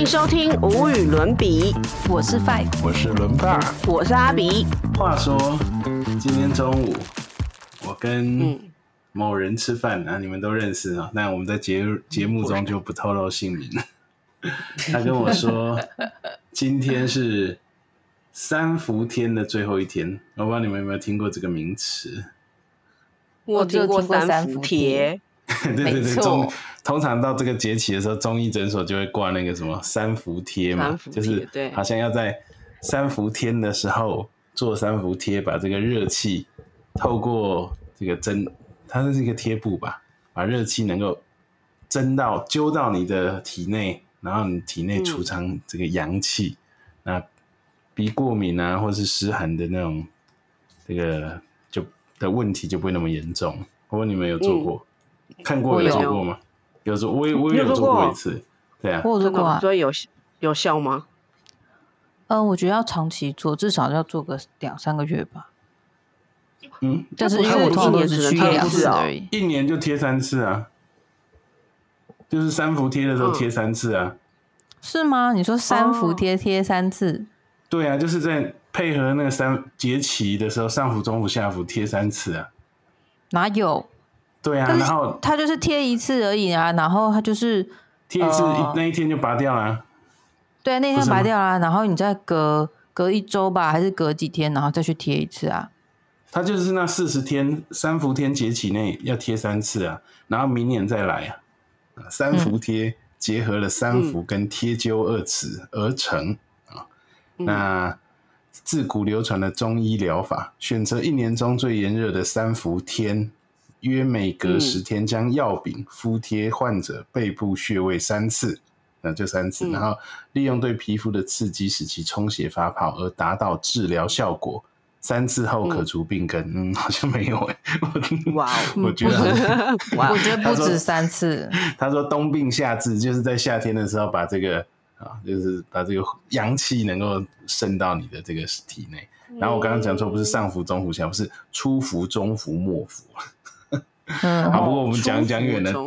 收听无与伦比， 我是 Five， 我是伦爸， 我是阿比。 话说今天中午我跟某人吃饭啊，你们都认识啊，但我们在节目中就不透露姓名。他跟我说今天是三伏天的最后一天，我不知道你们有没有听过这个名词。 我听过三伏贴。 对对对，通常到这个节气的时候，中医诊所就会挂那个什么三伏贴嘛，就是好像要在三伏天的时候做三伏贴，把这个热气透过这个针，它是一个贴布吧，把热气能够揪到你的体内，然后你体内储藏这个阳气，那鼻过敏啊，或是湿寒的那种这个的问题就不会那么严重。我问你们有做过？看过有做过吗？有做，我也有做过一次。对啊， 我有做过啊。 所以有效吗？ 我觉得要长期做，至少要做个2-3个月吧。但是因为我通常都只去2次而已， 一年就贴3次啊，就是三伏贴的时候贴3次啊。 是吗？你说三伏贴3次？ 对啊，就是在配合那个节气的时候，上伏、中伏、下伏贴3次啊。 哪有？ 对啊，然后他就是贴1次而已啊，然后他就是贴1次，那一天就拔掉了啊。 对，那天拔掉了，然后你再隔1周吧，还是隔几天，然后再去贴1次啊。 他就是那40天三伏天节气内要贴3次啊，然后明年再来啊。三伏贴结合了三伏跟贴灸2词而成啊。那自古流传的中医疗法，选择一年中最炎热的三伏天，约每隔10天将药饼敷贴患者背部穴位3次，那就3次，然后利用对皮肤的刺激使其充血发泡，而达到治疗效果。3次后可除病根。好像没有哇， 我觉得我觉得不止3次。 他说冬病夏治，就是在夏天的时候把这个就是把这个阳气能够渗到你的这个体内。然后我刚刚讲错，不是上伏、中伏、下伏，是初伏、中伏、末伏。好，不过我们讲远了。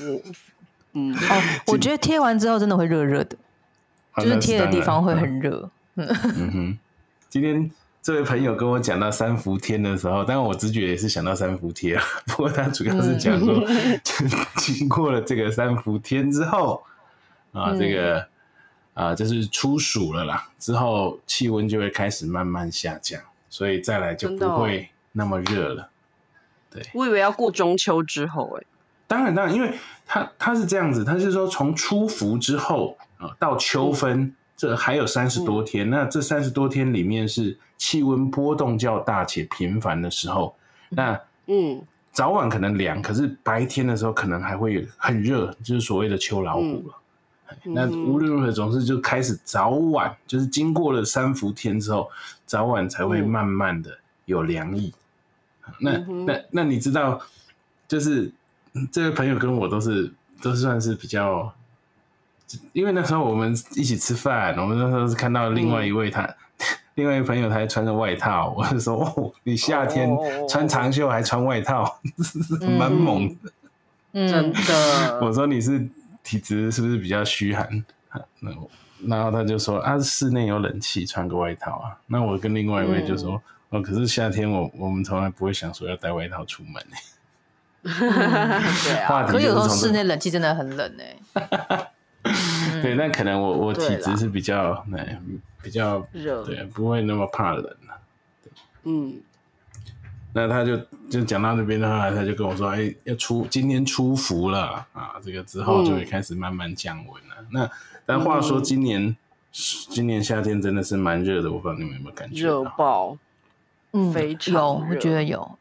我觉得贴完之后真的会热热的，就是贴的地方会很热。 今天这位朋友跟我讲到三伏天的时候，当然我直觉也是想到三伏贴，不过他主要是讲说，经过了这个三伏天之后这个就是初暑了啦，之后气温就会开始慢慢下降，所以再来就不会那么热了。对， 我以为要过中秋之后当然，因为他是这样子，他是说从初伏之后到秋分，这还有30多天。那这30多天里面是气温波动较大且频繁的时候。那早晚可能凉，可是白天的时候可能还会很热，就是所谓的秋老虎了。那无论如何，总是就开始早晚，就是经过了三伏天之后，早晚才会慢慢的有凉意。那你知道，就是这位朋友跟我都算是比较，因为那时候我们一起吃饭，我们那时候是看到另外一位另外一位朋友他还穿着外套，我就说你夏天穿长袖还穿外套，蛮猛的。 真的。 我说你是体质是不是比较虚寒？然后他就说室内有冷气，穿个外套啊。那我跟另外一位就说可是夏天我们从来不会想说要带外套出门对啊，可有时候室内冷气真的很冷对，但可能我体质是比较热，对，不会那么怕冷那他就讲到那边的话，他就跟我说今天初伏了这个之后就会开始慢慢降温了。但话说今年夏天真的是蛮热的，我不知道你们有没有感觉到？ 热爆。非常有，我觉得有。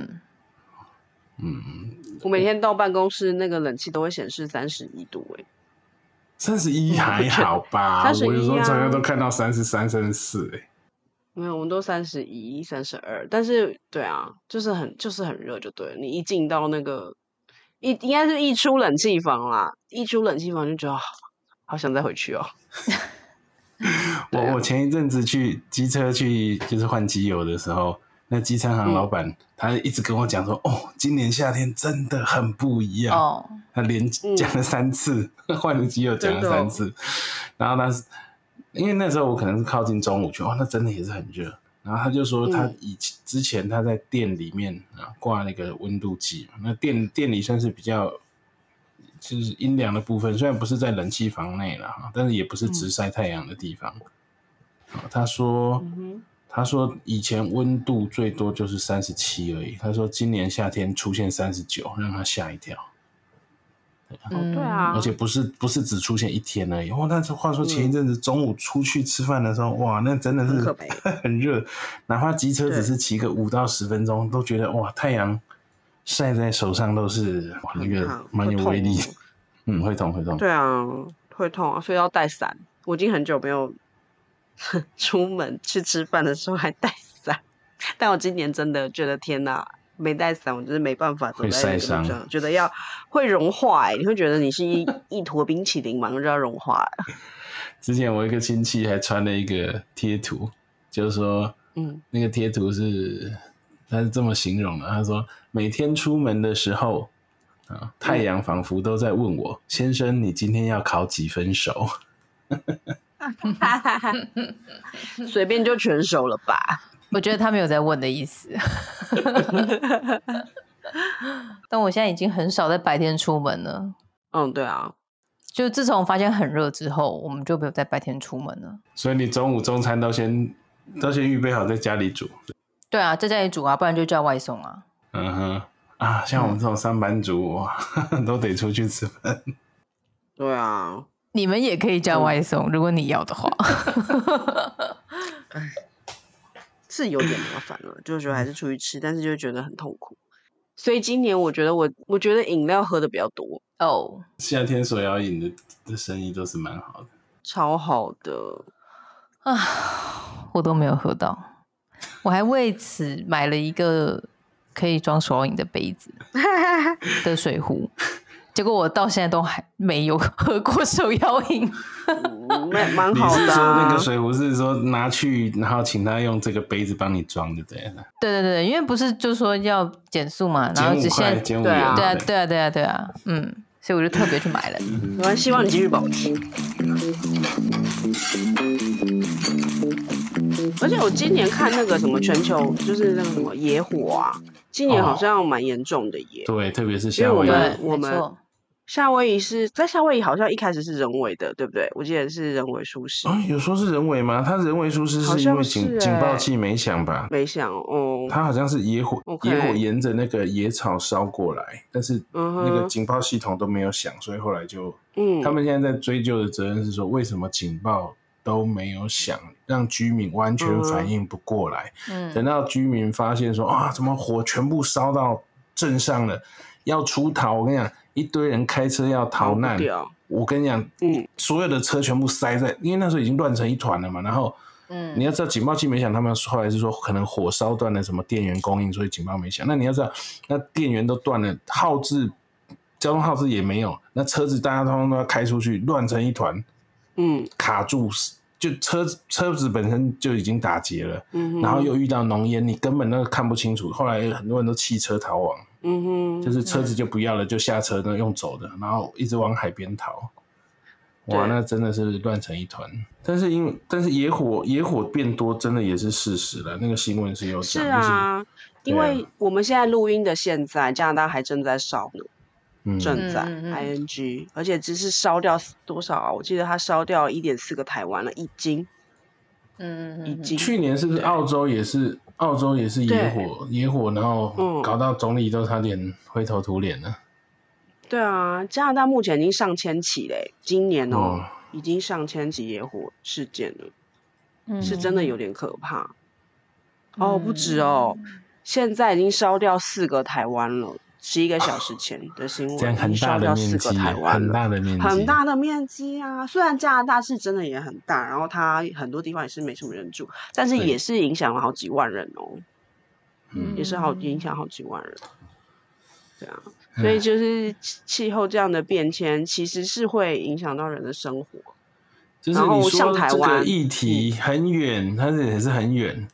我每天到办公室，那个冷气都会显示31度 31还好吧？我有时候常常都看到33、34 没有，我们都31、32，但是对啊，就是很热就对了。你一进到那个应该是一出冷气房啦，一出冷气房就觉得好想再回去哦。 我前一阵子去机车去就是换机油的时候， 那机餐行老板他一直跟我讲说，今年夏天真的很不一样。他连讲了3次，换了机油讲了3次。然后因为那时候我可能是靠近中午去，那真的也是很热。然后他就说他之前他在店里面挂那个温度计，那店里算是比较就是阴凉的部分，虽然不是在冷气房内啦，但是也不是直晒太阳的地方。他说以前温度最多就是37而已，他说今年夏天出现39，让他吓一跳。 对啊， 而且不是只出现1天而已。但是话说前一阵子中午出去吃饭的时候，哇，那真的是很热，哪怕机车只是骑个5到10分钟，都觉得哇，太阳晒在手上都是那个蛮有威力。会痛。 对啊，会痛啊，所以要带伞。我已经很久没有出门去吃饭的时候还带伞，但我今年真的觉得天哪，没带伞，我就是没办法走在路上，觉得会融化你会觉得你是一坨冰淇淋嘛，就要融化了。 之前我一个亲戚还传了一个贴图，就是说，那个贴图他是这么形容的，他说每天出门的时候，太阳仿佛都在问我，先生，你今天要考几分熟？ 随便就全熟了吧？ 我觉得他没有在问的意思。但我现在已经很少在白天出门了。 对啊， 就自从发现很热之后，我们就没有在白天出门了。 所以你中午中餐都先预备好在家里煮。 对啊，在家里煮啊，不然就叫外送啊。 像我们这种上班族，都得出去吃饭。 对啊， 你们也可以叫外送，如果你要的话。 是有点麻烦了，就觉得还是出去吃，但是就觉得很痛苦。所以今年我觉得饮料喝的比较多夏天手摇饮的生意都是蛮好的， 超好的我都没有喝到，我还为此买了一个可以装手摇饮的杯子的水壶。结果我到现在都还没有喝过手摇饮。 蛮好的。 你是说那个水壶是说拿去，然后请他用这个杯子帮你装就对了？ 对，因为不是就说要减速嘛，然后减5元， 对啊，所以我就特别去买了。 我希望你继续保持。而且我今年看那个什么全球就是那个什么野火啊，今年好像蛮严重的耶。 对，特别是夏威夷， 我们夏威夷在夏威夷好像一开始是人为的，对不对？我记得是人为疏失。 有说是人为吗？他人为疏失是因为警报器没响吧？ 没响他好像是野火沿着那个野草烧过来，但是那个警报系统都没有响，所以后来就他们现在在追究的责任是说，为什么警报都没有响，让居民完全反应不过来。等到居民发现说怎么火全部烧到镇上了，要出逃，我跟你讲，一堆人开车要逃难。我跟你讲，所有的车全部塞在，因为那时候已经乱成一团了嘛。然后，你要知道警报器没响，他们后来是说可能火烧断了什么电源供应，所以警报没响。那你要知道，那电源都断了，交通号志也没有，那车子大家通通都要开出去，乱成一团。卡住，就车子本身就已经打结了，然后又遇到浓烟，你根本那个看不清楚。后来很多人都弃车逃亡，就是车子就不要了，就下车用走的，然后一直往海边逃。哇，那真的是乱成一团。但是野火变多，真的也是事实了。那个新闻是有讲， 是啊，因为我们现在录音的现在，加拿大还正在烧呢。正在 ING， 而且只是烧掉多少啊？我记得它烧掉 1.4 个台湾了，已经。 去年是不是澳洲也是野火，然后搞到总理都差点灰头土脸了。 对啊，加拿大目前已经上千起嘞，今年已经上千起野火事件了，是真的有点可怕。不止现在已经烧掉4个台湾了。11个小时前的新闻， 这样很大的面积，很大的面积啊！虽然加拿大是真的也很大，然后它很多地方也是没什么人住，但是也是影响了好几万人也是影响好几万人。对啊，所以就是气候这样的变迁，其实是会影响到人的生活。 就是你说这个议题很远，它也是很远，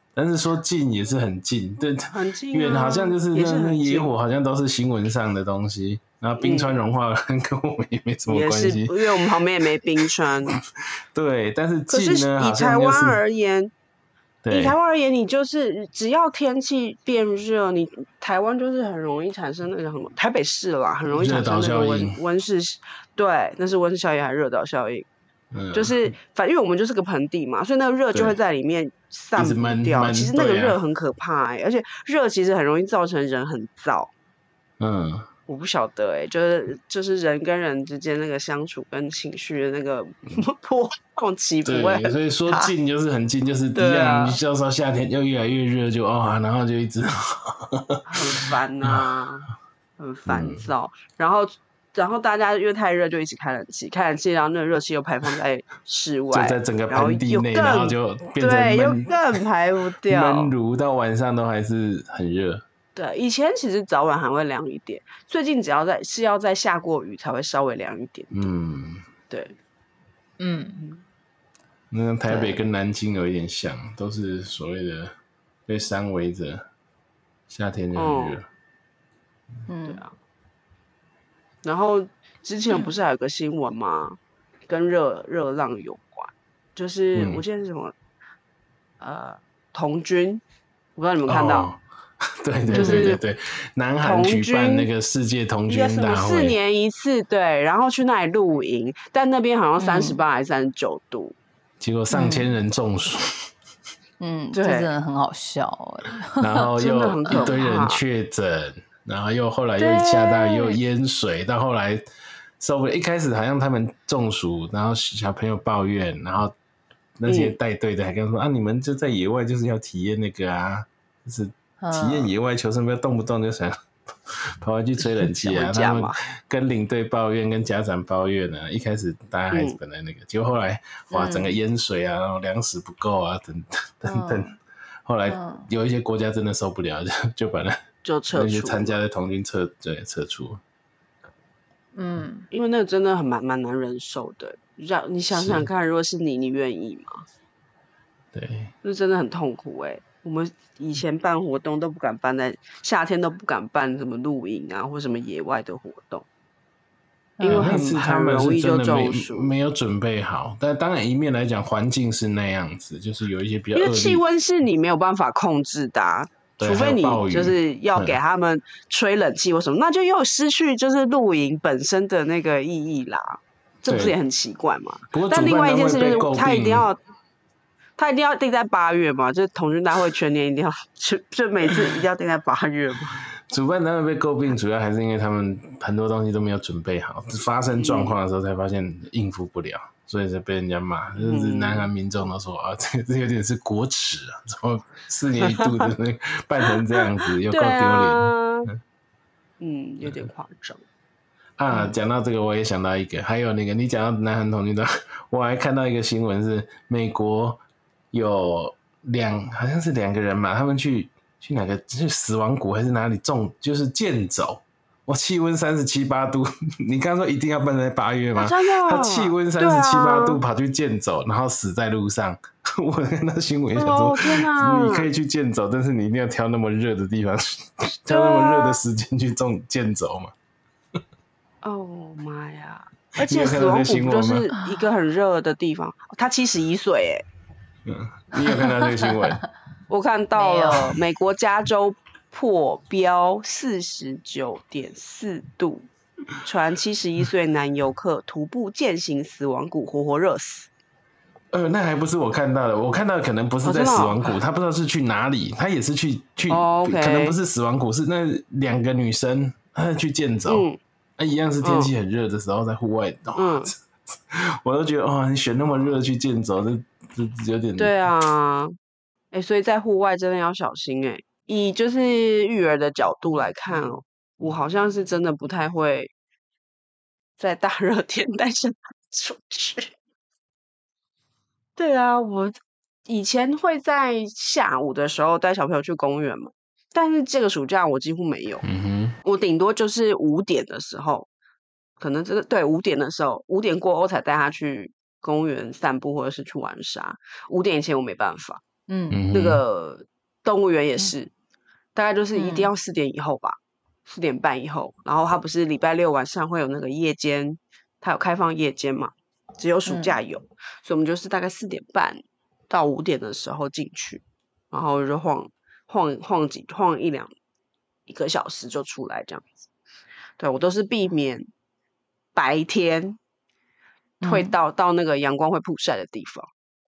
但是说近也是很近，对， 很近远好像就是也是那很近野火好像都是新闻上的东西，然后冰川融化跟我们也没什么也是， 关系。 因为我们旁边也没冰川。 对，但是可是近呢， 以好像就是以台对， 湾而言，你就是只要天气变热，你台湾就是很容易产生那个什么，台北市啦，很容易产生热岛那个效应， 温室，对，那是温室效应还是热岛效应？就嗯， 是因为我们就是个盆地嘛，所以那个热就会对， 在里面一直散不掉。其实那个对啊， 热很可怕而且热其实很容易造成人很燥。 嗯， 我不晓得就是人跟人之间那个相处跟情绪的那个波动起伏会对， 很所以说大。 近就是很近，就是一对样，你啊， 到时候夏天又越来越热就然后就一直很烦呐、很烦嗯， 躁。然后大家因为太热就一起开冷气，开冷气，然后那个热气又排放在室外， 就在整个然后盆地内，然后就变成又更排不掉。 闷炉，到晚上都还是很热。 对，以前其实早晚还会凉一点，最近只要要在下过雨才会稍微凉一点点。 嗯， 对， 嗯， 那台北对跟南京有一点像，都是所谓的被山围着，夏天就很热。 对啊。然后之前不是还有个新闻吗？跟热浪有关，就是我嗯， 记得是什么童军，我不知道你们看到， 哦，对对就是对对对，南韩童举办那军个世界童军一个什么4 大会， 年一次，对，然后去那里露营，但那边好像38还是39度， 结果上千人中暑， 这真对， 的很好笑然后真的又很可一堆人怕。 确诊，然后后来又下大雨又对， 淹水，到后来受不了。一开始好像他们中暑，然后小朋友抱怨，然后那些带队的还跟他说你们就在野外就是要体验那个就是体验野外求生，不要动不动就想跑回去吹冷气想回他们家嘛， 跟领队抱怨，跟家长抱怨一开始大家还是本来那个，结果后来整个淹水然后粮食不够等，后来有一些国家真的受不了，就把就撤那些出参加的童军撤出。 因为那个真的蛮难忍受的。你想想看，如果是你愿意吗？ 对， 那真的很痛苦我们以前办活动都不敢办，在夏天都不敢办什么露营啊，或什么野外的活动，因为那次他很们是容易就真的中暑。 没有准备好，但当然一面来讲环境是那样子，就是有一些比较因为恶劣， 气温是你没有办法控制的对，还除非你有暴雨， 就是要给他们吹冷气或什么，那就又失去就是露营本身的那个意义啦。这不是也很奇怪吗？ 不过但另主办单外一件事就是位被诟他一定要定在8月嘛，就是童军大会全年一定要就每次一定要定在8月嘛。 主办单位被诟病，主要还是因为他们很多东西都没有准备好，发生状况的时候才发现应付不了，所以才被人家骂。就是南韩民众都说这有点是国耻怎么4年1度的那个办成这样子，有够丢脸。 有点夸张。 讲到这个，我也想到一个，还有那个你讲到南韩童军团，我还看到一个新闻是美国有好像是2个人嘛，他们去哪个去死亡谷还是哪里就是健走，气温37、8度，你刚刚说一定要办在8月吗？ 真的， 他气温37、8度跑去健走，然后死在路上。我看到新闻也想说， 天哪， 你可以去健走，但是你一定要挑那么热的地方，挑那么热的时间去健走嘛。 哦妈呀！而且死亡谷不就是一个很热的地方？他71岁你有看到这个新闻？ 我看到了，美国加州破标49.4度，传71岁男游客徒步健行死亡谷，活热死。 那还不是我看到的，我看到的可能不是在死亡谷，他不知道是去哪里，他也是去 ，OK， 可能不是死亡谷，是那2个女生去健走。一样是天气很热的时候在户外，我都觉得你选那么热去健走，这有点对啊，所以在户外真的要小心以就是育儿的角度来看我好像是真的不太会在大热天带小孩出去。对啊，我以前会在下午的时候带小朋友去公园嘛，但是这个暑假我几乎没有。我顶多就是5点的时候，可能对5点的时候，5点过后才带他去公园散步或者是去玩沙。5点以前我没办法。 那个动物园也是，大概就是一定要4点以后吧，4点半以后。然后它不是礼拜六晚上会有那个夜间，它有开放夜间嘛，只有暑假有，所以我们就是大概4点半到5点的时候进去，然后就晃1个小时就出来这样子。对，我都是避免白天会到那个阳光会曝晒的地方。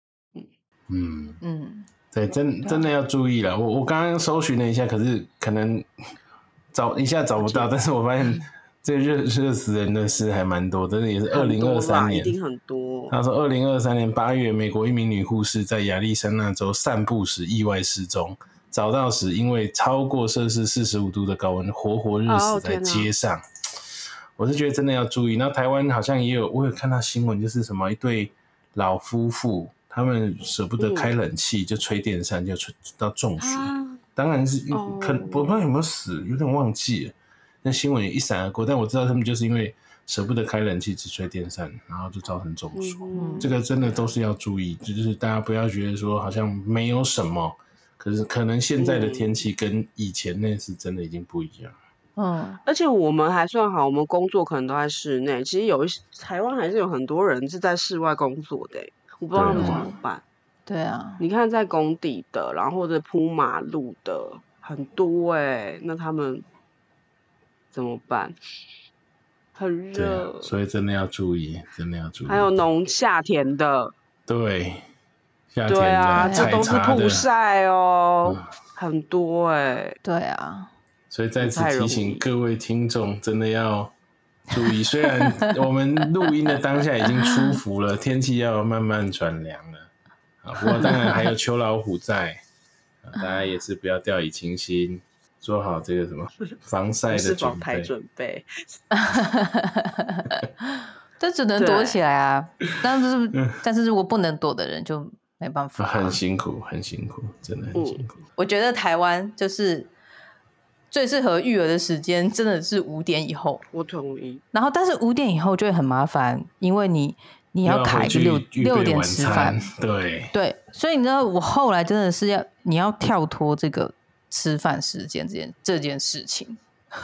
对，真的要注意了。我刚刚搜寻了一下，可是可能一下找不到，但是我发现这热死人的事还蛮多，真的也是2023年， 一定很多。 他说2023年8月，美国一名女护士在亚利桑那州散步时意外失踪，找到时因为超过摄氏45度的高温，活热死在街上。我是觉得真的要注意。那台湾好像也有，我有看到新闻，就是什么一对老夫妇，他们舍不得开冷气，就吹电扇，就吹到中暑。当然是我不知道有没有死，有点忘记了。那新闻也一闪而过，但我知道他们就是因为舍不得开冷气，只吹电扇，然后就造成中暑。这个真的都是要注意，就是大家不要觉得说好像没有什么，可是可能现在的天气跟以前那是真的已经不一样。 而且我们还算好，我们工作可能都在室内。其实台湾还是有很多人是在室外工作的，我不知道他们怎么办。 对啊， 你看在工地的，然后或者铺马路的很多那他们怎么办？很热， 所以真的要注意，真的要注意。 还有农夏田的， 对，夏天的对啊，这都是曝晒哦，很多对啊。 所以在此提醒各位听众，真的要注意。虽然我们录音的当下已经出伏了，天气要慢慢转凉了，不过当然还有秋老虎在，大家也是不要掉以轻心，做好这个什么防晒的准备。 这只能躲起来啊，但是如果不能躲的人就没办法， 很辛苦，真的很辛苦。 我觉得台湾就是最适合育儿的时间真的是5点以后， 我同意。 然后但是5点以后就会很麻烦，因为你要卡一个6点吃饭，对，所以你知道我后来真的是你要跳脱这个吃饭时间这件事情。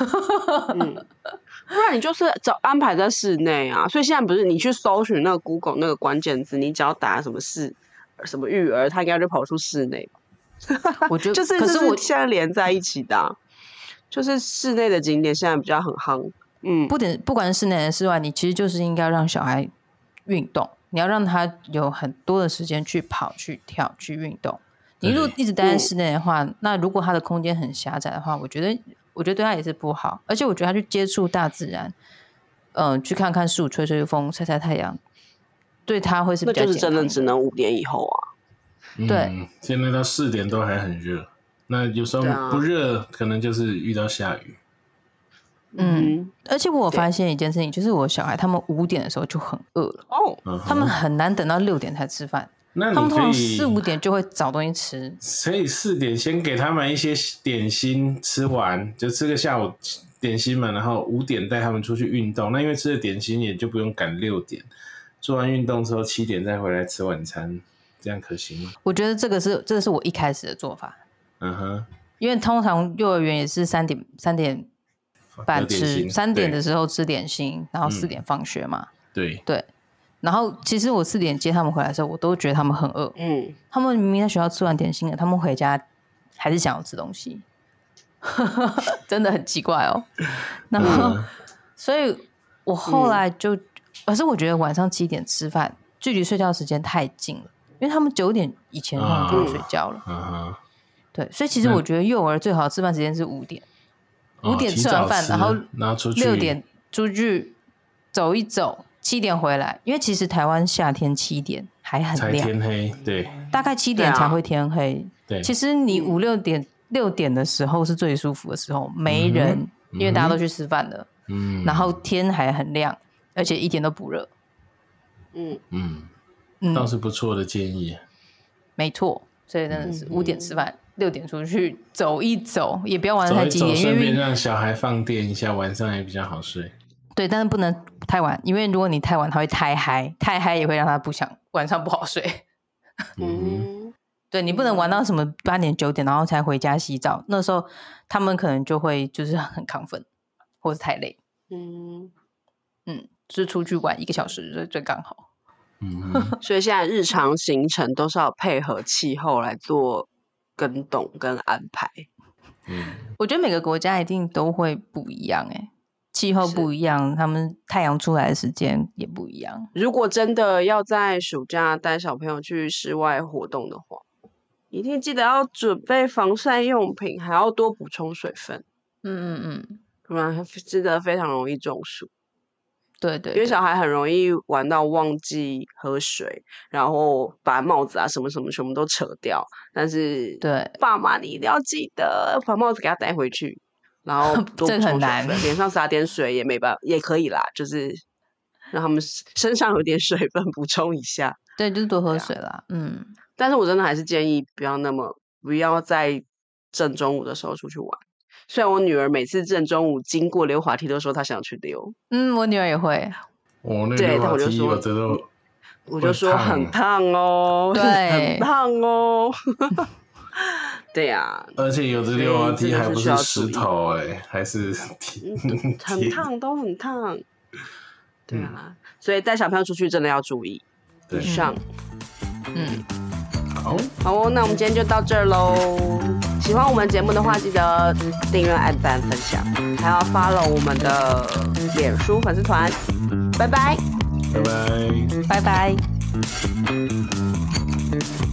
不然你就是安排在室内啊。所以现在不是你去搜寻那个 Google 那个关键字，你只要打什么育儿，它应该就跑出室内吧。 我觉得可是我现在连在一起的就是室内的景点现在比较很夯。 不管是室内还是室外，你其实就是应该让小孩运动，你要让他有很多的时间去跑、去跳、去运动。你如果一直待在室内的话，那如果他的空间很狭窄的话，我觉得对他也是不好。而且我觉得他去接触大自然，去看看树、吹吹风、晒晒太阳，对他会是比较健康的。 那就是真的只能5点以后啊。 对， 现在到4点都还很热，那有时候不热，可能就是遇到下雨。 而且我发现一件事情，就是我小孩他们5点的时候就很饿了他们很难等到6点才吃饭。 那他们通常4、5点就会找东西吃， 所以4点先给他们一些点心吃完，就吃个下午点心嘛，然后5点带他们出去运动。那因为吃了点心也就不用赶6点，做完运动之后7点再回来吃晚餐，这样可行吗？ 我觉得这个是我一开始的做法。因为通常幼儿园也是3点半吃，3点的时候吃点心，然后4点放学嘛。 对。 然后其实我4点接他们回来的时候，我都觉得他们很饿。他们明明在学校吃完点心了，他们回家还是想要吃东西，真的很奇怪哦。然后，所以我后来可是我觉得晚上7点吃饭，距离睡觉时间太近了，因为他们9点以前就会睡觉了。对，所以其实我觉得幼儿最好的吃饭时间是5点，5点吃完饭，然后6点出去走一走。7点回来，因为其实台湾夏天7点还很亮， 才天黑，对， 大概7点才会天黑。 对， 其实你5、6点的时候是最舒服的时候，没人，因为大家都去吃饭了。然后天还很亮，而且一点都不热。 倒是不错的建议。 没错，所以真的是5点吃饭，6点出去走一走，也不要玩得太激烈， 顺便让小孩放电一下，晚上也比较好睡。 对，但是不能太晚，因为如果你太晚，他会太嗨，太嗨也会让他晚上不好睡。 对，你不能玩到什么8点9点，然后才回家洗澡。那时候他们可能就会就是很亢奋，或是太累。就是出去玩1个小时最刚好。 所以现在日常行程都是要配合气候来做跟动跟安排。 我觉得每个国家一定都会不一样气候不一样，他们太阳出来的时间也不一样。 如果真的要在暑假带小朋友去室外活动的话，一定记得要准备防晒用品，还要多补充水分。不然真的非常容易中暑。 对，因为小孩很容易玩到忘记喝水，然后把帽子啊什么什么全部都扯掉。但是对爸妈你一定要记得把帽子给他带回去，然后多补充水分，脸上洒点水也没办法，也可以啦，就是让他们身上有点水分补充一下。 对，就是多喝水啦。 但是我真的还是建议不要在正中午的时候出去玩。虽然我女儿每次正中午经过溜滑梯都说她想去溜， 我女儿也会。 那溜滑梯我就说很烫哦， 对， 很烫哦。对呀， 而且有的溜滑梯还不是石头还是很烫，都很烫。对啊，所以带小朋友出去真的要注意。以上，好哦，那我们今天就到这儿喽。喜欢我们节目的话，记得订阅、按赞、分享，还要 follow 我们的脸书粉丝团。拜拜， 拜拜， 拜拜。